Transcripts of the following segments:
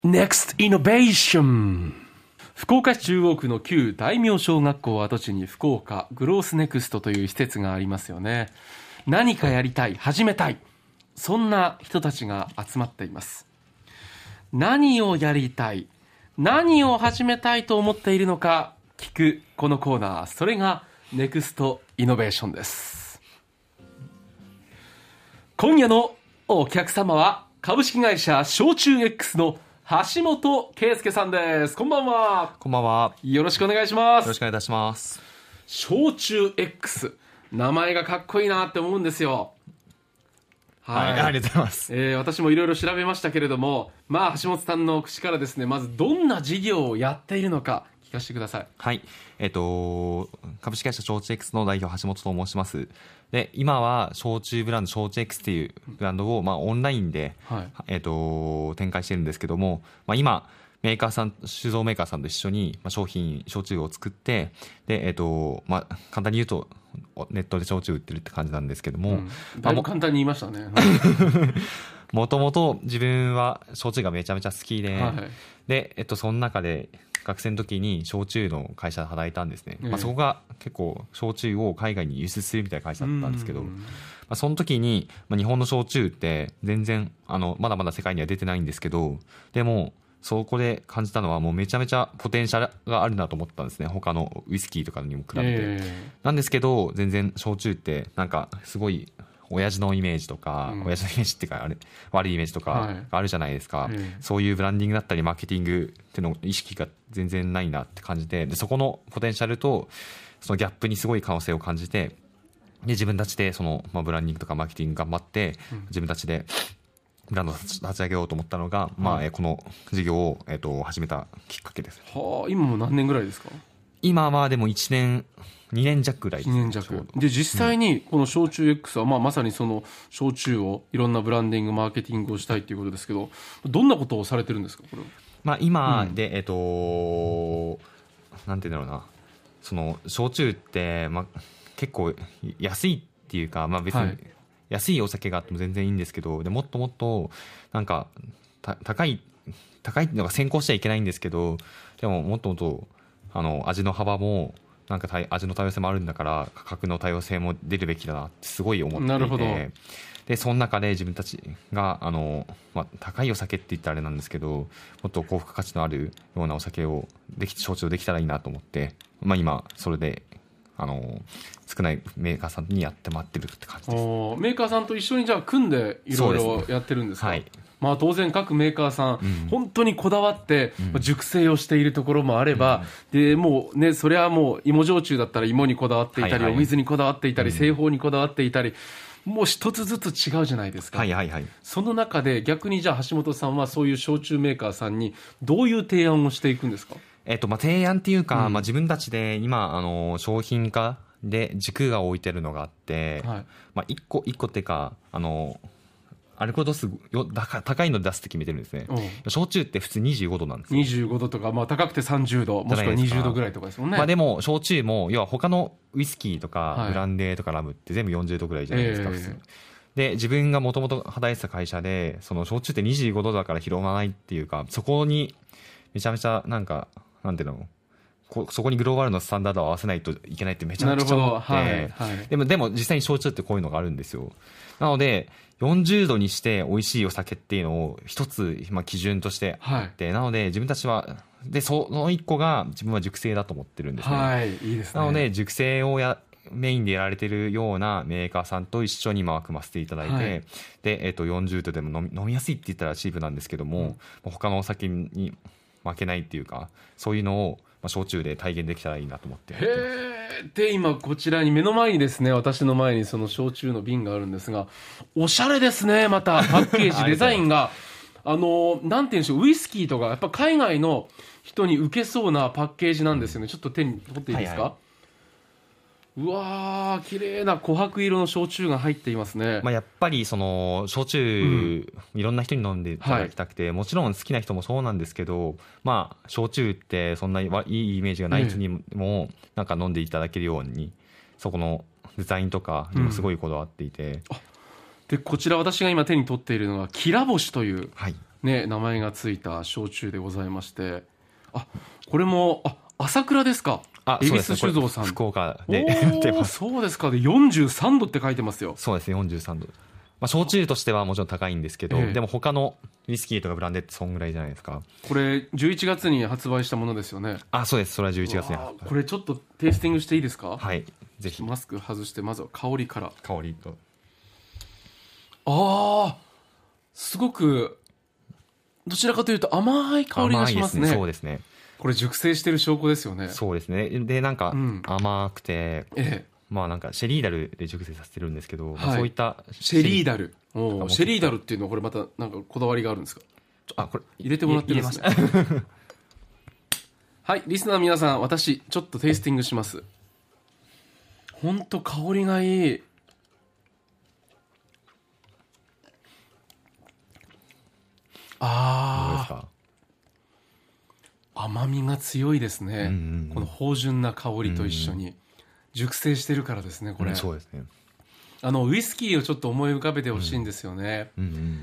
Next Innovation。福岡市中央区の旧大名小学校跡地に福岡グロースネクストという施設がありますよね。何かやりたい、始めたい、そんな人たちが集まっています。何をやりたい、何を始めたいと思っているのか聞くこのコーナー、それがネクストイノベーションです。今夜のお客様は株式会社焼酎 X の橋本圭介さんです。こんばんは。 こんばんは。 よろしくお願いします。 よろしくお願いいたします。 焼酎 X、 名前がかっこいいなって思うんですよ。 はい、ありがとうございます。 私もいろいろ調べましたけれども、橋本さんの口からですね、まずどんな事業をやっているのか聞かせてください。 はい、株式会社焼酎 X の代表橋本と申します。で、今は焼酎ブランド焼酎 X っていうブランドを、オンラインで、展開してるんですけども、今メーカーさん、酒造メーカーさんと一緒に、焼酎を作って、で、簡単に言うとネットで焼酎売ってるって感じなんですけども、 だいぶ簡単に言いましたね。 もともと自分は焼酎がめちゃめちゃ好きで、で、その中で学生の時に焼酎の会社で働いたんですね。そこが結構焼酎を海外に輸出するみたいな会社だったんですけど、その時に、日本の焼酎って全然まだまだ世界には出てないんですけど、でもそこで感じたのはもうめちゃめちゃポテンシャルがあるなと思ったんですね。他のウイスキーとかにも比べて、なんですけど全然焼酎ってなんかすごい親父のイメージとか、親父のイメージっていうか悪いイメージとかがあるじゃないですか、そういうブランディングだったりマーケティングっていうの意識が全然ないなって感じて、でそこのポテンシャルとそのギャップにすごい可能性を感じて、で自分たちでその、ブランディングとかマーケティング頑張って、自分たちでブランドを立ち上げようと思ったのが、この事業を、始めたきっかけです。 今も何年ぐらいですか？ 今はでも1年2年弱ぐらいです。 2年弱で、実際にこの焼酎 X は、まさにその焼酎をいろんなブランディングマーケティングをしたいということですけど、どんなことをされてるんですかこれは？ 今で、なんていうんだろうな、その焼酎って、結構安いっていうか、別に安いお酒があっても全然いいんですけど、でもっともっとなんか高いっていうのが先行しちゃいけないんですけど、でももっともっと味の幅もなんか味の多様性もあるんだから、価格の多様性も出るべきだなってすごい思っていて、でその中で自分たちが高いお酒って言ったらあれなんですけど、もっと高付加価値のあるようなお酒を焼酎できたらいいなと思って、今それで少ないメーカーさんにやってもらってるって感じです。 メーカーさんと一緒にじゃあ組んでいろいろやってるんですか？はい。当然各メーカーさん、本当にこだわって、熟成をしているところもあれば、でもうね、それはもう芋焼酎だったら芋にこだわっていたり、お水にこだわっていたり、製法にこだわっていたり、もう一つずつ違うじゃないですか。その中で逆にじゃあ橋本さんはそういう焼酎メーカーさんにどういう提案をしていくんですか？ 提案っていうか、自分たちで今商品化で軸が置いてるのがあって、一個っていうかアルコール度数高いの出すって決めてるんですね。焼酎って普通25度なんですよ。 25度とか、高くて30度もしくは20度ぐらいとかですもんね。 でも焼酎も要は他のウイスキーとかブランデーとかラムって全部40度ぐらいじゃないですか、普通。で自分がもともと働いてた会社で、その焼酎って25度だから広まらないっていうか、そこにめちゃめちゃなんていうの、そこにグローバルのスタンダードを合わせないといけないってめちゃくちゃ思って、でも実際に焼酎ってこういうのがあるんですよ。なので40度にして美味しいお酒っていうのを一つ基準としてあって、なので自分たちはその一個が自分は熟成だと思ってるんですね。 いいですね。 なので熟成をメインでやられてるようなメーカーさんと一緒に組ませていただいて、で、40度でも飲みやすいって言ったらチープなんですけども、他のお酒に負けないっていうか、そういうのを焼酎で体現できたらいいなと思って。 で今こちらに目の前にですね、私の前にその焼酎の瓶があるんですが、おしゃれですね。またパッケージデザインがなんて言うんでしょう、ウイスキーとかやっぱ海外の人に受けそうなパッケージなんですよね。ちょっと手に取っていいですか？うわー、綺麗な琥珀色の焼酎が入っていますね。 やっぱりその焼酎、いろんな人に飲んでいただきたくて、もちろん好きな人もそうなんですけど、焼酎ってそんないいイメージがない人にもなんか飲んでいただけるように、そこのデザインとかにもすごいこだわっていて、 でこちら私が今手に取っているのはきらぼしというね、名前がついた焼酎でございまして、これも朝倉ですか。恵比寿酒造さん、 福岡でやってます。 そうですか。で43度って書いてますよ。 そうですね、43度。焼酎としてはもちろん高いんですけど、でも他のウイスキーとかブランデーってそんぐらいじゃないですか。 これ11月に発売したものですよね。 そうです。それは11月に。 これちょっとテイスティングしていいですか。 はい、ぜひ。 マスク外して、まずは香りから。 香りと、 すごくどちらかというと甘い香りがしますね。 そうですね。 これ熟成してる証拠ですよね。 そうですね。でなんか甘くて、なんかシェリーダルで熟成させてるんですけど、そういったシェリーダル、シェリーダルっていうのはこれまたなんかこだわりがあるんですか。これ入れてもらってるんですね。はい、リスナーの皆さん、私ちょっとテイスティングします。ほんと香りがいい。どうですか。甘みが強いですね、この芳醇な香りと一緒に、熟成してるからですね、これ。 そうですね。 ウイスキーをちょっと思い浮かべてほしいんですよね。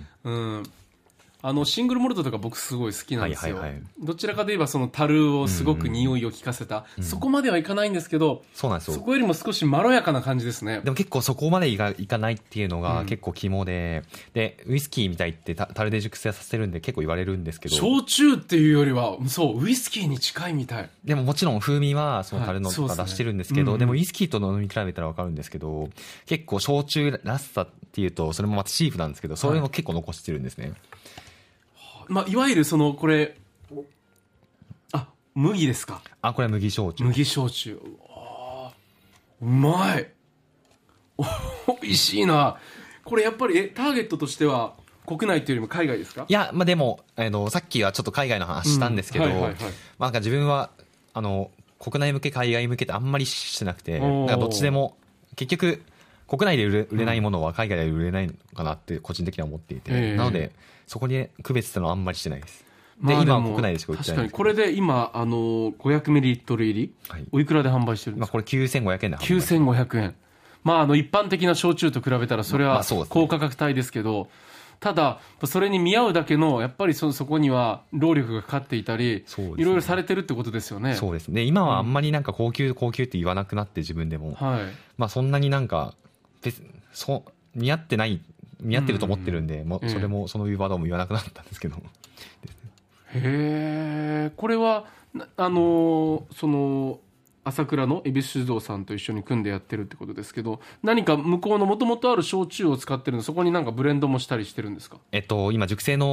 シングルモルトとか僕すごい好きなんですよ。どちらかといえばその樽をすごく匂いを効かせた、そこまではいかないんですけど、そうなんですよ。そこよりも少しまろやかな感じですね。 でも結構そこまでいかないっていうのが結構肝で、ウイスキーみたいって樽で熟成させるんで結構言われるんですけど、 焼酎っていうよりはそうウイスキーに近いみたい。 でももちろん風味はその樽のとか出してるんですけど、でもウイスキーと飲み比べたら分かるんですけど、結構焼酎らしさっていうとそれもまたチープなんですけど、それも結構残してるんですね。 いわゆるこれ麦ですか。 これは麦焼酎。 麦焼酎。うまい。美味しいな。これやっぱりターゲットとしては国内というよりも海外ですか。 いや、でもさっきはちょっと海外の話したんですけど、なんか自分は国内向け海外向けってあんまりしてなくて、なんかどっちでも結局国内で売れないものは海外で売れないのかなって個人的には思っていて、なのでそこに区別ってのはあんまりしてないです。で、今は国内でしか売ってないんですけど。確かにこれで今500ミリリットル入り、おいくらで販売してるんですか。 これ9500円で販売してる。 9500円。一般的な焼酎と比べたらそれは高価格帯ですけど、ただそれに見合うだけのやっぱりそこには労力がかかっていたり、いろいろされてるってことですよね。 そうですね。今はあんまりなんか高級って言わなくなって、自分でも、そんなになんか似合ってると思ってるんで、それもそのワードも言わなくなったんですけど。 これは朝倉の恵比寿酒造さんと一緒に組んでやってるってことですけど、何か向こうのもともとある焼酎を使ってるの、そこになんかブレンドもしたりしてるんですか。 今熟成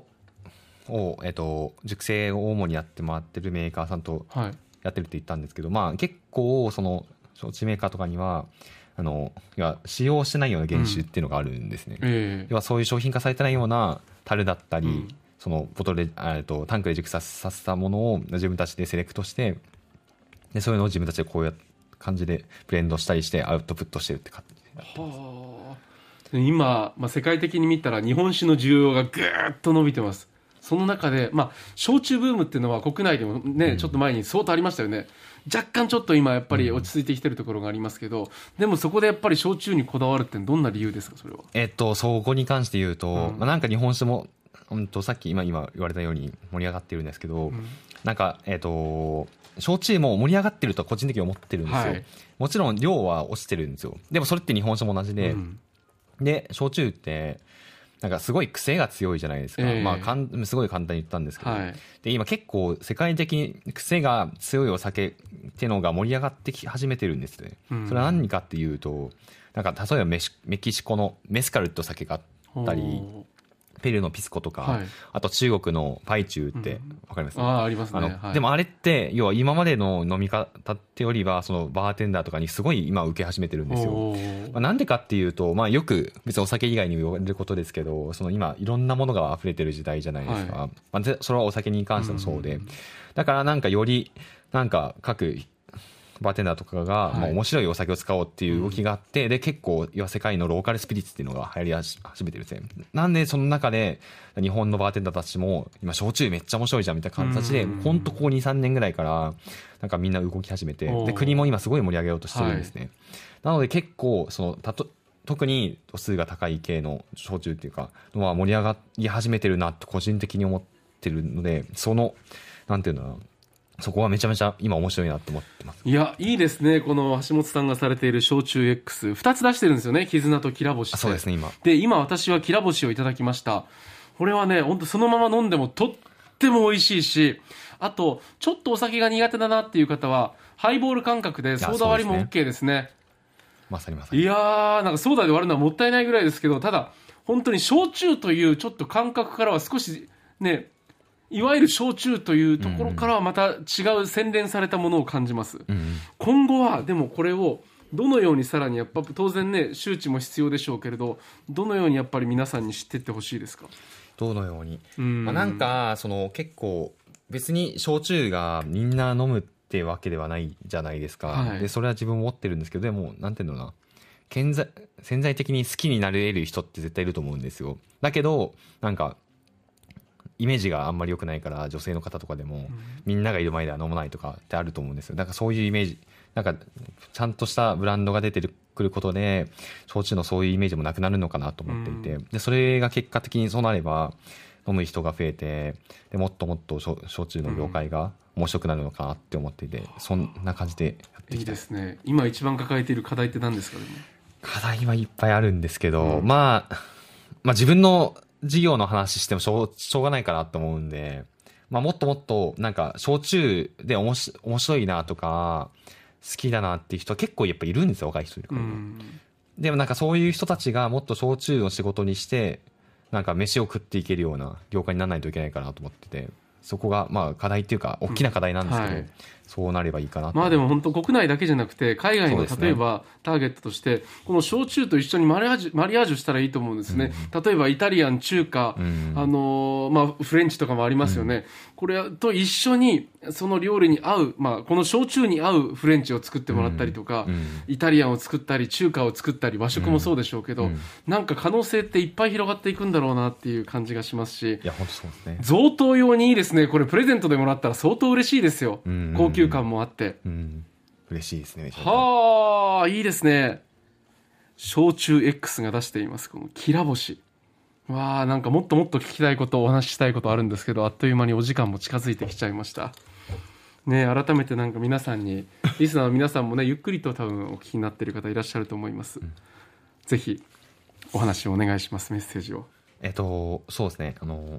熟成を主にやってもらってるメーカーさんとやってるって言ったんですけど、結構その焼酎メーカーとかには使用してないような原酒っていうのがあるんですね。要はそういう商品化されてないような樽だったり、そのボトルでタンクで熟成させたものを自分たちでセレクトして、でそういうのを自分たちでこういう感じでブレンドしたりしてアウトプットしてるって感じで。 今、世界的に見たら日本酒の需要がぐーっと伸びてます。その中で、焼酎ブームっていうのは国内でもね、ちょっと前に相当ありましたよね。若干ちょっと今やっぱり落ち着いてきてるところがありますけど、でもそこでやっぱり焼酎にこだわるってどんな理由ですか、それは。 そこに関して言うと、なんか日本酒もさっき今言われたように盛り上がってるんですけど、なんか焼酎も盛り上がってるとは個人的に思ってるんですよ。もちろん量は落ちてるんですよ。でもそれって日本酒も同じで、で焼酎ってなんかすごい癖が強いじゃないですか。すごい簡単に言ったんですけど、で今結構世界的に癖が強いお酒っていうのが盛り上がってき始めてるんですね。それは何かっていうと、なんか例えばメキシコのメスカルってお酒があったり、ペルーのピスコとか、あと中国のパイチューってわかります？ ありますね。 でもあれって要は今までの飲み方ってよりはそのバーテンダーとかにすごい今受け始めてるんですよ。なんでかっていうと、よく別にお酒以外に言われることですけど、その今いろんなものが溢れてる時代じゃないですか。それはお酒に関してもそうで、だからなんかよりなんか各バーテンダーとかが面白いお酒を使おうっていう動きがあって、で結構世界のローカルスピリッツっていうのが流行り始めてるんですね。なんでその中で日本のバーテンダーたちも今焼酎めっちゃ面白いじゃんみたいな形で、本当ここ 2,3 年ぐらいからなんかみんな動き始めて、で国も今すごい盛り上げようとしてるんですね。なので結構その特に度数が高い系の焼酎っていうかのは盛り上がり始めてるなと個人的に思ってるので、なんていうのかな、そこはめちゃめちゃ今面白いなと思ってます。 いや、いいですね。この橋本さんがされている焼酎 X、2つ出してるんですよね。絆ときらぼし。 そうですね、今。 で、今私はきらぼしをいただきました。これはね、本当そのまま飲んでもとっても美味しいし、あと、ちょっとお酒が苦手だなっていう方は、ハイボール感覚でソーダ割りも OK ですね。 まさにまさに。 いやー、なんかソーダで割るのはもったいないぐらいですけど、ただ、本当に焼酎というちょっと感覚からは少しね、いわゆる焼酎というところからはまた違う洗練されたものを感じます、今後はでもこれをどのようにさらにやっぱ当然ね周知も必要でしょうけれど、どのようにやっぱり皆さんに知っていってほしいですか？ どのように、なんか結構別に焼酎がみんな飲むってわけではないじゃないですか、はい、でそれは自分も持ってるんですけど、でもなんていうのかな、潜在的に好きになれる人って絶対いると思うんですよ。だけどなんかイメージがあんまり良くないから、女性の方とかでもみんながいる前では飲まないとかってあると思うんですよ。だからそういうイメージ、なんかちゃんとしたブランドが出てくることで焼酎のそういうイメージもなくなるのかなと思っていて、でそれが結果的にそうなれば飲む人が増えて、でもっともっと焼酎の業界が面白くなるのかなって思っていて、そんな感じでやっていきたい。 いいですね。今一番抱えている課題って何ですか？ 課題はいっぱいあるんですけど、まあ自分の事業の話してもしょうがないかなと思うんで、もっともっとなんか焼酎で面白いなとか好きだなっていう人は結構やっぱいるんですよ、若い人いるから。でもなんかそういう人たちがもっと焼酎を仕事にしてなんか飯を食っていけるような業界にならないといけないかなと思ってて、そこが課題っていうか大きな課題なんですけど、はい、そうなればいいかなと。 でも本当国内だけじゃなくて海外の例えばターゲットとしてこの焼酎と一緒にマリアージュしたらいいと思うんですね、例えばイタリアン、中華、フレンチとかもありますよね、これと一緒にその料理に合う、この焼酎に合うフレンチを作ってもらったりとか、イタリアンを作ったり中華を作ったり和食もそうでしょうけど、なんか可能性っていっぱい広がっていくんだろうなっていう感じがしますし、 いや本当そうですね。 贈答用にいいですね。これプレゼントでもらったら相当嬉しいですよ、高級感もあって、 嬉しいですね。 はあ、いいですね。焼酎 X が出していますこのきらぼし。わあ、なんかもっともっと聞きたいこと、お話ししたいことあるんですけど、あっという間にお時間も近づいてきちゃいましたね。改めてなんか皆さんに、リスナーの皆さんもね、ゆっくりと多分お聞きになっている方いらっしゃると思います、ぜひお話をお願いします。メッセージを。 そうですね、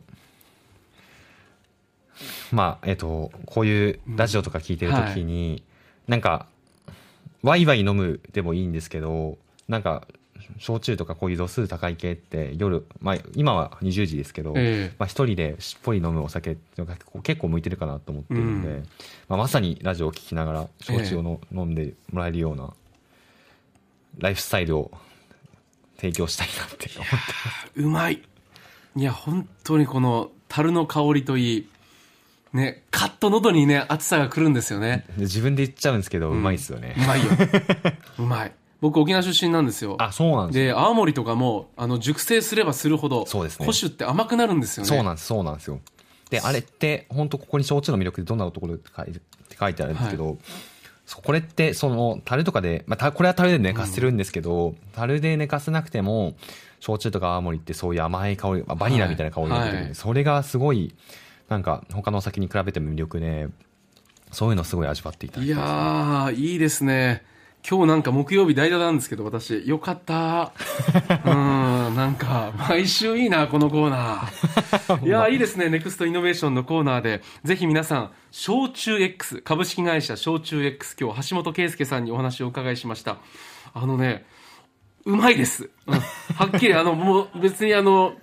こういうラジオとか聞いてるときに、なんかワイワイ飲むでもいいんですけど、なんか焼酎とかこういう度数高い系って夜、今は20時ですけど、一人でしっぽり飲むお酒って結構向いてるかなと思ってるので、まさにラジオを聞きながら焼酎を飲んでもらえるようなライフスタイルを提供したいなって思ってます。 うまい。いや本当にこの樽の香りといいね、カッと喉にね熱さが来るんですよね。 自分で言っちゃうんですけど、うまいですよね。 うまいようまい。僕沖縄出身なんですよ。 あ、そうなんです。 で青森とかも熟成すればするほどそうですね、 古酒って甘くなるんですよね。 そうなんですよ。であれって本当ここに焼酎の魅力でどんなところって書いてあるんですけど、これってその樽とかで、これは樽で寝かせるんですけど、樽で寝かせなくても焼酎とか青森ってそういう甘い香り、バニラみたいな香りが出てる、それがすごいなんか他のお酒に比べても魅力で、そういうのすごい味わっていただきます、ね。いやー、いいですね。今日なんか木曜日代打なんですけど、私よかったなんか毎週いいなこのコーナーいやーいいですね。ネクストイノベーションのコーナーでぜひ皆さん焼酎 X 株式会社焼酎 X、 今日橋本圭介さんにお話をお伺いしました。うまいです、はっきりもう別に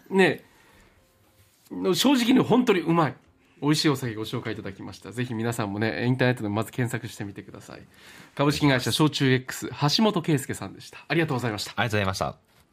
正直に本当にうまい、美味しいお酒ご紹介いただきました。ぜひ皆さんもねインターネットでまず検索してみてください。株式会社焼酎 X 橋本圭介さんでした。ありがとうございました。 ありがとうございました。